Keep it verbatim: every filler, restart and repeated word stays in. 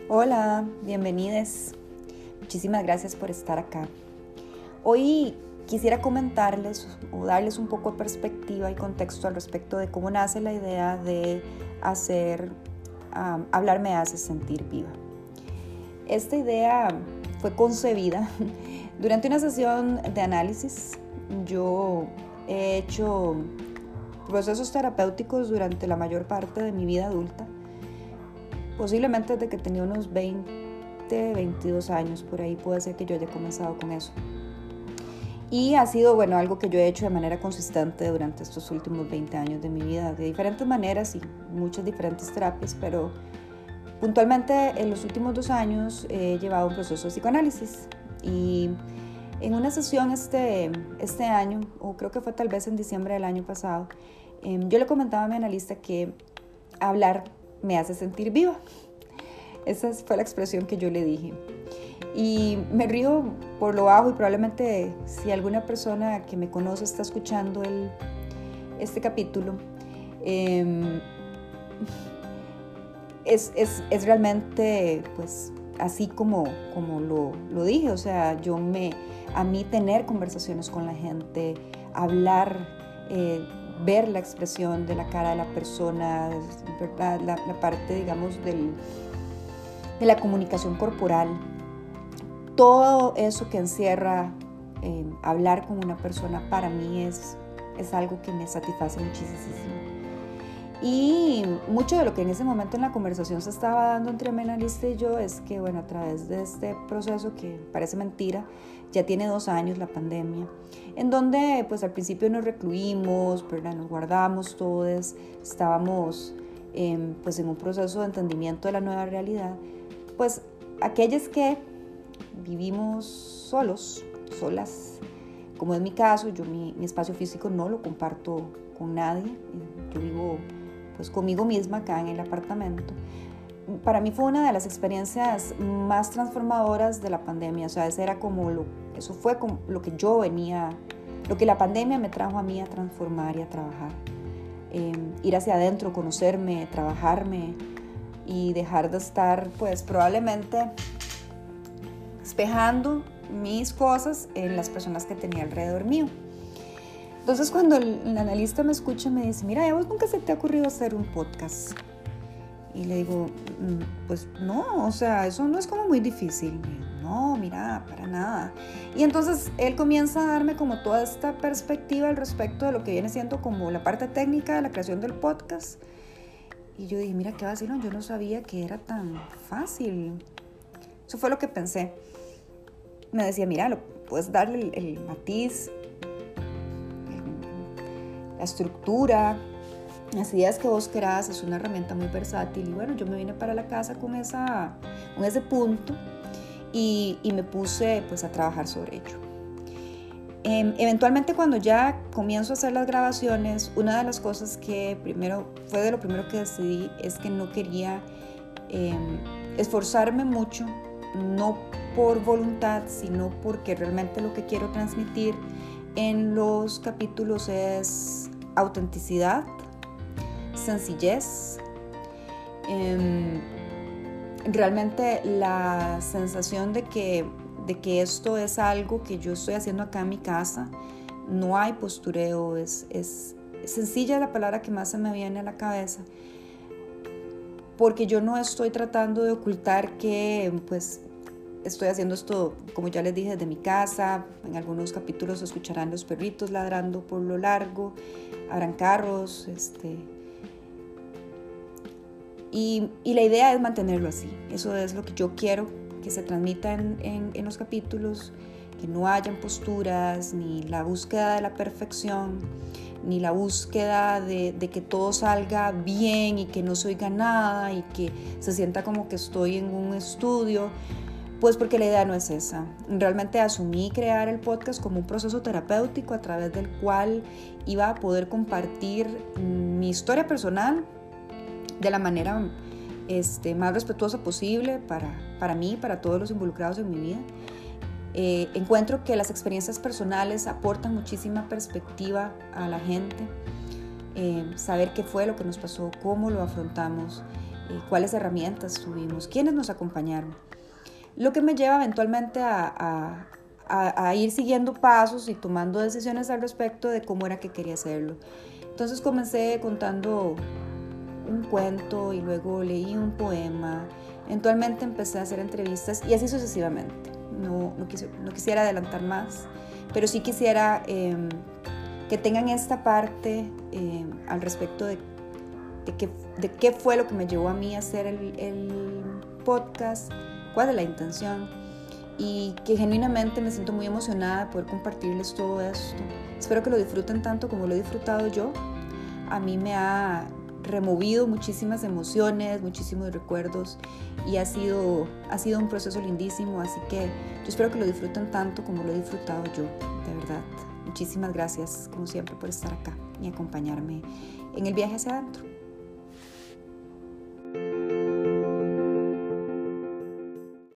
Hola, bienvenidos. Muchísimas gracias por estar acá. Hoy quisiera comentarles o darles un poco de perspectiva y contexto al respecto de cómo nace la idea de hacer um, Hablar me hace sentir viva. Esta idea fue concebida durante una sesión de análisis. Yo he hecho procesos terapéuticos durante la mayor parte de mi vida adulta. Posiblemente desde que tenía unos veinte, veintidós años, por ahí puede ser que yo haya comenzado con eso. Y ha sido, bueno, algo que yo he hecho de manera consistente durante estos últimos veinte años de mi vida, de diferentes maneras y muchas diferentes terapias, pero puntualmente en los últimos dos años he llevado un proceso de psicoanálisis. Y en una sesión este, este año, o creo que fue tal vez en diciembre del año pasado, eh, yo le comentaba a mi analista que hablar me hace sentir viva. Esa fue la expresión que yo le dije. Y me río por lo bajo y probablemente si alguna persona que me conoce está escuchando el, este capítulo, eh, es, es, es realmente pues así como, como lo, lo dije. O sea, yo me, a mí tener conversaciones con la gente, hablar, eh, ver la expresión de la cara de la persona, ¿verdad? La, la parte, digamos, del, de la comunicación corporal, todo eso que encierra eh, hablar con una persona, para mí es, es algo que me satisface muchísimo. Y mucho de lo que en ese momento en la conversación se estaba dando entre mi analista y yo es que, bueno, a través de este proceso que parece mentira, ya tiene dos años la pandemia, en donde pues al principio nos recluimos, ¿verdad? Nos guardamos todos, estábamos eh, pues en un proceso de entendimiento de la nueva realidad, pues aquellos que vivimos solos, solas, como es mi caso, yo mi, mi espacio físico no lo comparto con nadie, yo vivo pues conmigo misma acá en el apartamento. Para mí fue una de las experiencias más transformadoras de la pandemia. O sea, ese era como lo, eso fue como lo que yo venía, lo que la pandemia me trajo a mí a transformar y a trabajar. Eh, ir hacia adentro, conocerme, trabajarme y dejar de estar, pues probablemente espejando mis cosas en las personas que tenía alrededor mío. Entonces cuando el, el analista me escucha me dice, mira, ¿a vos nunca se te ha ocurrido hacer un podcast? Y le digo, pues no, o sea, eso no es como muy difícil. No, mira, para nada. Y entonces él comienza a darme como toda esta perspectiva al respecto de lo que viene siendo como la parte técnica de la creación del podcast. Y yo dije, mira, qué vacilón, yo no sabía que era tan fácil. Eso fue lo que pensé. Me decía, mira, lo puedes darle el, el matiz, la estructura, las ideas que vos querás, es una herramienta muy versátil. Y bueno, yo me vine para la casa con, esa, con ese punto y, y me puse pues a trabajar sobre ello. Eh, eventualmente cuando ya comienzo a hacer las grabaciones, una de las cosas que primero fue de lo primero que decidí es que no quería eh, esforzarme mucho, no por voluntad, sino porque realmente lo que quiero transmitir en los capítulos es autenticidad, sencillez, eh, realmente la sensación de que, de que esto es algo que yo estoy haciendo acá en mi casa, no hay postureo, es, es, es sencilla la palabra que más se me viene a la cabeza, porque yo no estoy tratando de ocultar que pues estoy haciendo esto, como ya les dije, desde mi casa. En algunos capítulos escucharán los perritos ladrando por lo largo, habrán carros, este, y, y la idea es mantenerlo así. Eso es lo que yo quiero que se transmita en, en, en los capítulos, que no hayan posturas, ni la búsqueda de la perfección, ni la búsqueda de, de que todo salga bien y que no se oiga nada y que se sienta como que estoy en un estudio. Pues porque la idea no es esa. Realmente asumí crear el podcast como un proceso terapéutico a través del cual iba a poder compartir mi historia personal de la manera este, más respetuosa posible para, para mí y para todos los involucrados en mi vida. Eh, encuentro que las experiencias personales aportan muchísima perspectiva a la gente, eh, saber qué fue lo que nos pasó, cómo lo afrontamos, eh, cuáles herramientas tuvimos, quiénes nos acompañaron. Lo que me lleva eventualmente a, a, a, a ir siguiendo pasos y tomando decisiones al respecto de cómo era que quería hacerlo. Entonces comencé contando un cuento y luego leí un poema. Eventualmente empecé a hacer entrevistas y así sucesivamente. No, no, quise, no quisiera adelantar más, pero sí quisiera eh, que tengan esta parte eh, al respecto de, de, que, de qué fue lo que me llevó a mí a hacer el, el podcast, cuál es la intención, y que genuinamente me siento muy emocionada de poder compartirles todo esto. Espero que lo disfruten tanto como lo he disfrutado yo. A mí me ha removido muchísimas emociones, muchísimos recuerdos y ha sido, ha sido un proceso lindísimo, así que yo espero que lo disfruten tanto como lo he disfrutado yo, de verdad. Muchísimas gracias, como siempre, por estar acá y acompañarme en el viaje hacia adentro.